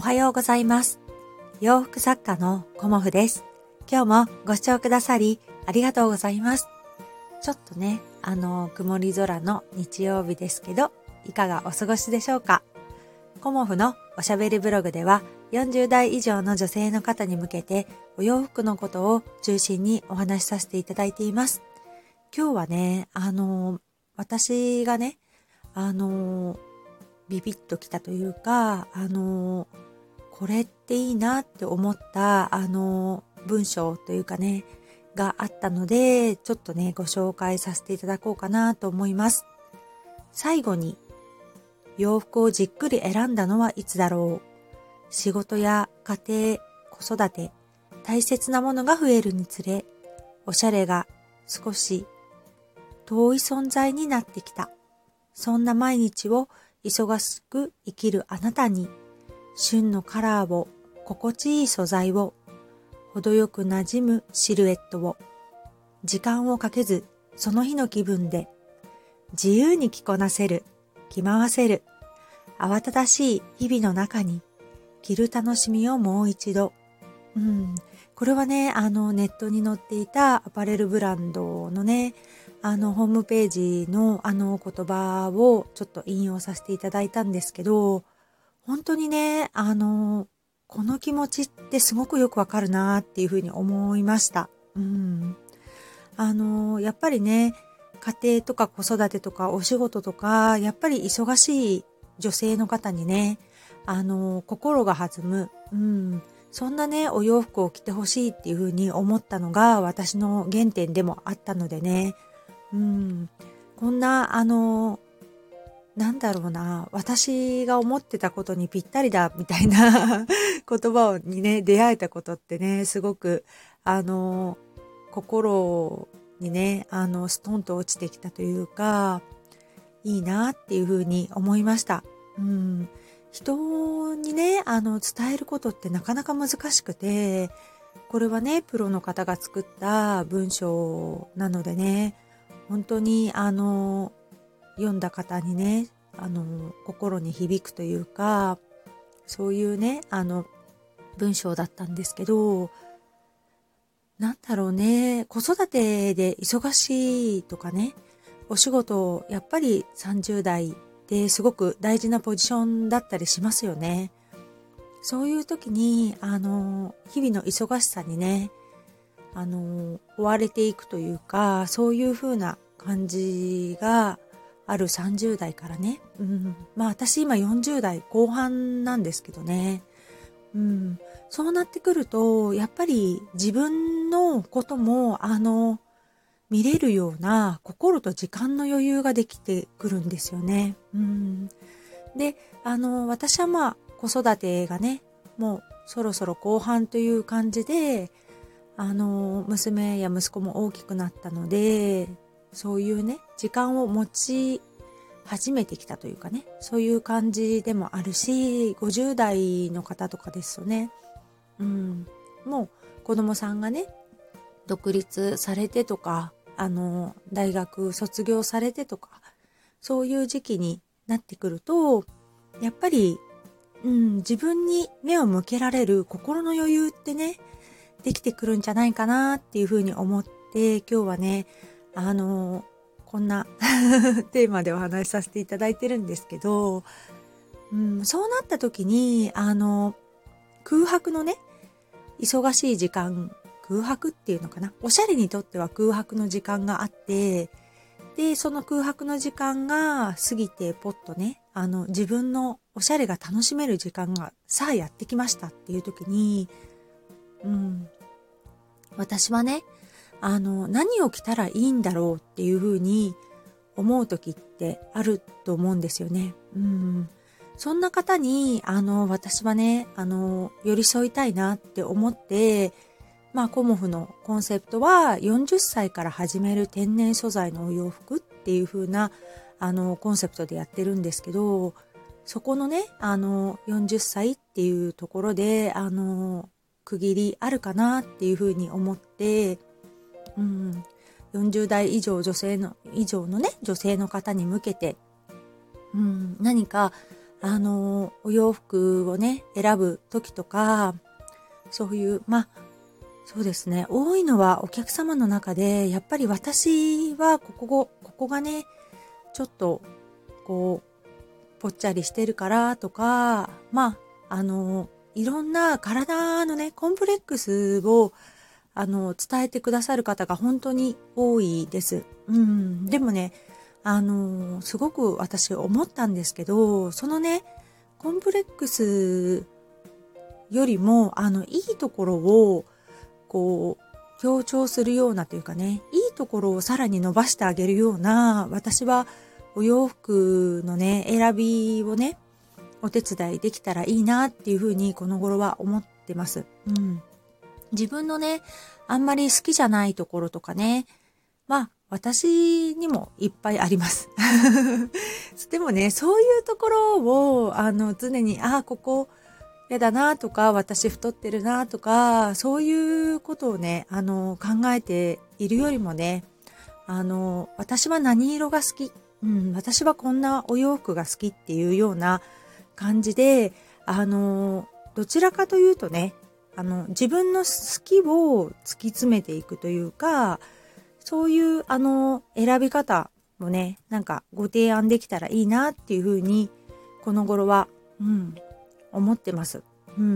はようございます。洋服作家のコモフです。今日もご視聴くださりありがとうございます。ちょっとね、曇り空の日曜日ですけど、いかがお過ごしでしょうか。コモフのおしゃべりブログでは40代以上の女性の方に向けてお洋服のことを中心にお話しさせていただいています。今日はね、私がね、ビビッときたというか、これっていいなって思った、文章というかね、があったので、ちょっとね、ご紹介させていただこうかなと思います。最後に、洋服をじっくり選んだのはいつだろう。仕事や家庭、子育て、大切なものが増えるにつれ、おしゃれが少し遠い存在になってきた。そんな毎日を忙しく生きるあなたに、旬のカラーを、心地いい素材を、程よく馴染むシルエットを、時間をかけずその日の気分で、自由に着こなせる、着回せる、慌ただしい日々の中に、着る楽しみをもう一度。これはね、ネットに載っていたアパレルブランドのね、ホームページの言葉をちょっと引用させていただいたんですけど、本当にね、この気持ちってすごくよくわかるなっていうふうに思いました。やっぱりね、家庭とか子育てとかお仕事とか、やっぱり忙しい女性の方にね、心が弾む、そんなね、お洋服を着てほしいっていうふうに思ったのが私の原点でもあったのでね、こんな、なんだろうな、私が思ってたことにぴったりだみたいな言葉にね、出会えたことってね、すごく、心にね、ストンと落ちてきたというか、いいなっていうふうに思いました。人にね、伝えることってなかなか難しくて、これはね、プロの方が作った文章なのでね、本当に読んだ方にね、心に響くというか、そういうね、文章だったんですけど、なんだろうね、子育てで忙しいとかね、お仕事、やっぱり30代ですごく大事なポジションだったりしますよね。そういう時に、日々の忙しさにね、追われていくというか、そういう風な感じがある30代からね。まあ私今40代後半なんですけどね。そうなってくると、やっぱり自分のことも、見れるような心と時間の余裕ができてくるんですよね。で、私はまあ子育てがね、もうそろそろ後半という感じで、娘や息子も大きくなったので、そういうね、時間を持ち始めてきたというかね、そういう感じでもあるし、50代の方とかですよね。もう子供さんがね、独立されてとか、大学卒業されてとか、そういう時期になってくると、やっぱり、自分に目を向けられる心の余裕ってね、できてくるんじゃないかなっていうふうに思って、今日はね、こんなテーマでお話しさせていただいてるんですけど、そうなった時に、空白のね、忙しい時間、空白っていうのかな、おしゃれにとっては空白の時間があって、で、その空白の時間が過ぎてポッとね、自分のおしゃれが楽しめる時間がさあやってきましたっていう時に、私はね、何を着たらいいんだろうっていうふうに思う時ってあると思うんですよね。そんな方に、私はね、寄り添いたいなって思って、まあ、コモフのコンセプトは40歳から始める天然素材のお洋服っていう風な、コンセプトでやってるんですけど、そこのね、40歳っていうところで、区切りあるかなっていう風に思って、40代以上のね、女性の方に向けて、何か、 お洋服をね、選ぶ時とか、そういう、そうですね、多いのはお客様の中で、やっぱり私はここがね、ちょっと、ぽっちゃりしてるからとか、いろんな体のね、コンプレックスを、伝えてくださる方が本当に多いです。でもね、すごく私思ったんですけど、そのね、コンプレックスよりも、いいところを、強調するようなというかね、いいところをさらに伸ばしてあげるような、私はお洋服のね、選びをね、お手伝いできたらいいなっていうふうにこの頃は思ってます。自分のね、あんまり好きじゃないところとかね、私にもいっぱいあります。でもね、そういうところを、常に、ここ、嫌だなとか、私太ってるなとか、そういうことをね、考えているよりもね、私は何色が好き、私はこんなお洋服が好きっていうような感じで、どちらかというとね、自分の好きを突き詰めていくというか、そういう選び方もね、なんかご提案できたらいいなっていうふうに、この頃は、思ってます。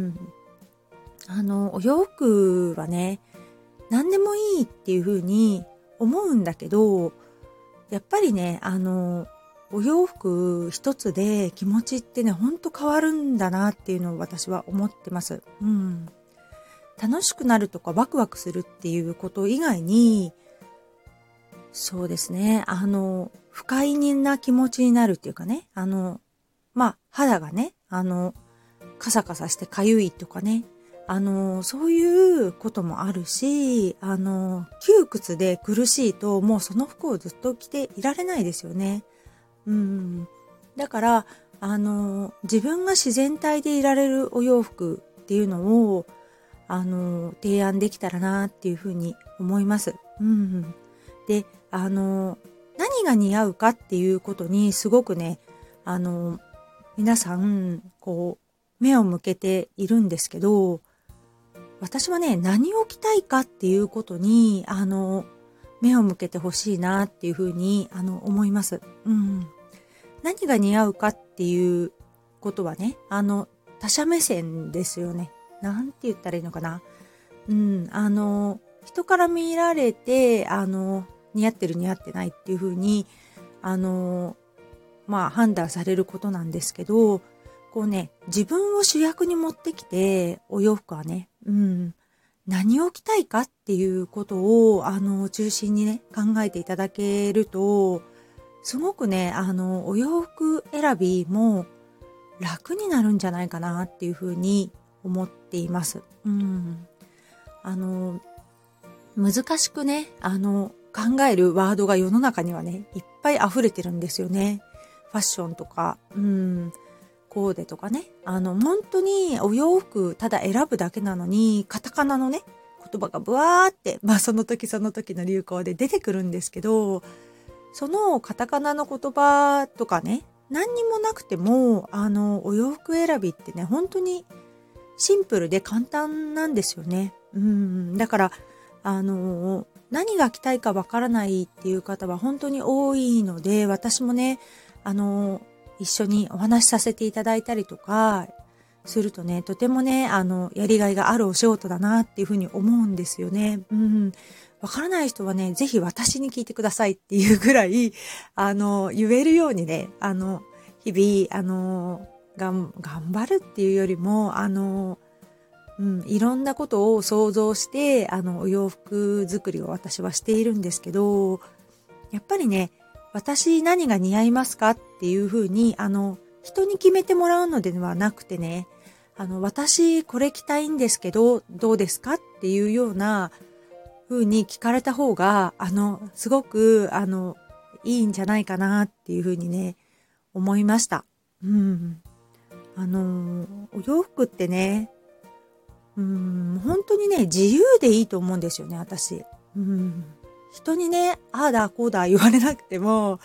お洋服はね、何でもいいっていうふうに思うんだけど、やっぱりね、お洋服一つで気持ちってね、ほんと変わるんだなっていうのを私は思ってます。楽しくなるとかワクワクするっていうこと以外に、そうですね。不快な気持ちになるっていうかね。肌がね、カサカサしてかゆいとかね。そういうこともあるし、窮屈で苦しいと、もうその服をずっと着ていられないですよね。だから、自分が自然体でいられるお洋服っていうのを、提案できたらなっていうふうに思います。で、何が似合うかっていうことにすごくね、皆さん、目を向けているんですけど、私はね、何を着たいかっていうことに、目を向けてほしいなっていうふうに、思います。何が似合うかっていうことはね、他者目線ですよね。なんて言ったらいいのかな。人から見られて、似合ってる似合ってないっていうふうに、判断されることなんですけど、自分を主役に持ってきて、お洋服はね、何を着たいかっていうことを、中心にね、考えていただけると、すごくね、お洋服選びも楽になるんじゃないかなっていうふうに思っています。難しくね、考えるワードが世の中にはね、いっぱい溢れてるんですよね。ファッションとか、コーデとかね。本当にお洋服ただ選ぶだけなのに、カタカナのね、言葉がブワーって、その時その時の流行で出てくるんですけど、そのカタカナの言葉とかね、何にもなくても、お洋服選びってね、本当にシンプルで簡単なんですよね。だから、何が着たいかわからないっていう方は本当に多いので、私もね、一緒にお話しさせていただいたりとかするとね、とてもね、やりがいがあるお仕事だなっていうふうに思うんですよね。わからない人はね、ぜひ私に聞いてくださいっていうぐらい、言えるようにね、日々、頑張るっていうよりも、いろんなことを想像して、お洋服作りを私はしているんですけど、やっぱりね、私何が似合いますかっていうふうに、人に決めてもらうのではなくてね、私これ着たいんですけど、どうですかっていうような風に聞かれた方が、すごく、いいんじゃないかなっていうふうにね、思いました。お洋服ってね、本当にね、自由でいいと思うんですよね、私。人にね、ああだこうだ言われなくても、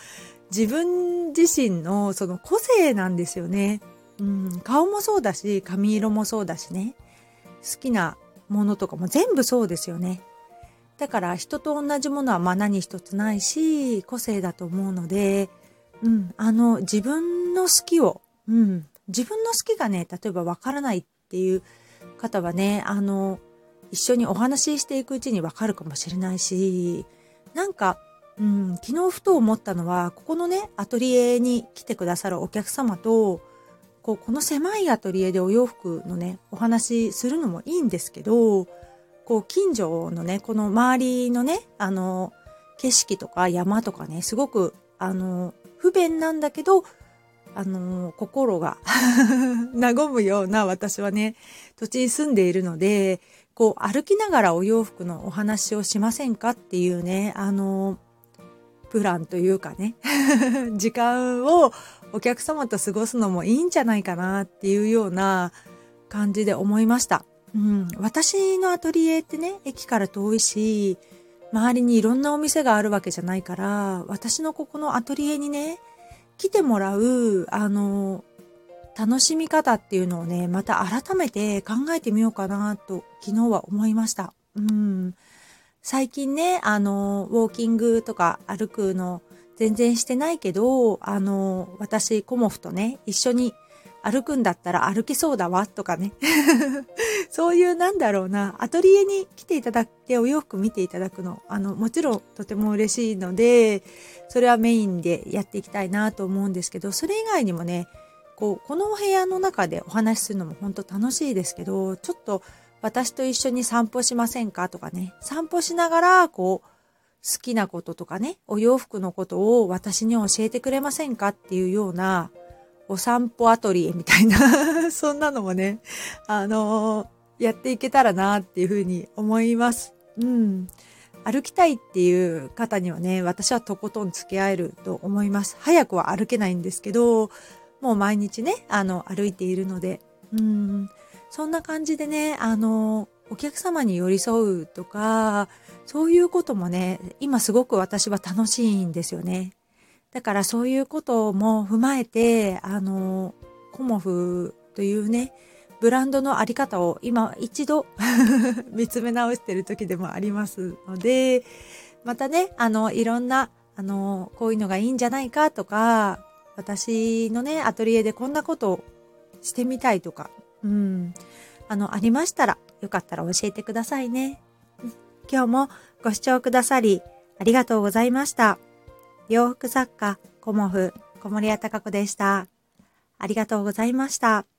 自分自身のその個性なんですよね。顔もそうだし、髪色もそうだしね。好きなものとかも全部そうですよね。だから人と同じものは何一つないし、個性だと思うので、自分の好きを、自分の好きがね、例えばわからないっていう方はね、一緒にお話ししていくうちにわかるかもしれないし、なんか、昨日ふと思ったのは、ここのね、アトリエに来てくださるお客様と、この狭いアトリエでお洋服のね、お話しするのもいいんですけど、近所のね、この周りのね、景色とか山とかね、すごく、不便なんだけど、心が和むような私はね、土地に住んでいるので、歩きながらお洋服のお話をしませんかっていうね、プランというかね、時間をお客様と過ごすのもいいんじゃないかなっていうような感じで思いました。私のアトリエってね、駅から遠いし、周りにいろんなお店があるわけじゃないから、私のここのアトリエにね、来てもらう、楽しみ方っていうのをね、また改めて考えてみようかなと昨日は思いました。最近ね、ウォーキングとか歩くの全然してないけど、私、コモフとね、一緒に歩くんだったら歩けそうだわとかね。そういうアトリエに来ていただいてお洋服見ていただくの、もちろんとても嬉しいので、それはメインでやっていきたいなと思うんですけど、それ以外にもね、このお部屋の中でお話しするのも本当楽しいですけど、ちょっと私と一緒に散歩しませんかとかね、散歩しながら、好きなこととかね、お洋服のことを私に教えてくれませんかっていうような、お散歩アトリエみたいな、そんなのもね、やっていけたらなっていうふうに思います。歩きたいっていう方にはね、私はとことん付き合えると思います。早くは歩けないんですけど、もう毎日ね、歩いているので、そんな感じでね、お客様に寄り添うとか、そういうこともね、今すごく私は楽しいんですよね。だからそういうことも踏まえて、コモフというね、ブランドのあり方を今一度見つめ直している時でもありますので、またね、いろんな、こういうのがいいんじゃないかとか、私のね、アトリエでこんなことをしてみたいとか、ありましたら、よかったら教えてくださいね。今日もご視聴くださり、ありがとうございました。洋服作家、コモフ、小森屋隆子でした。ありがとうございました。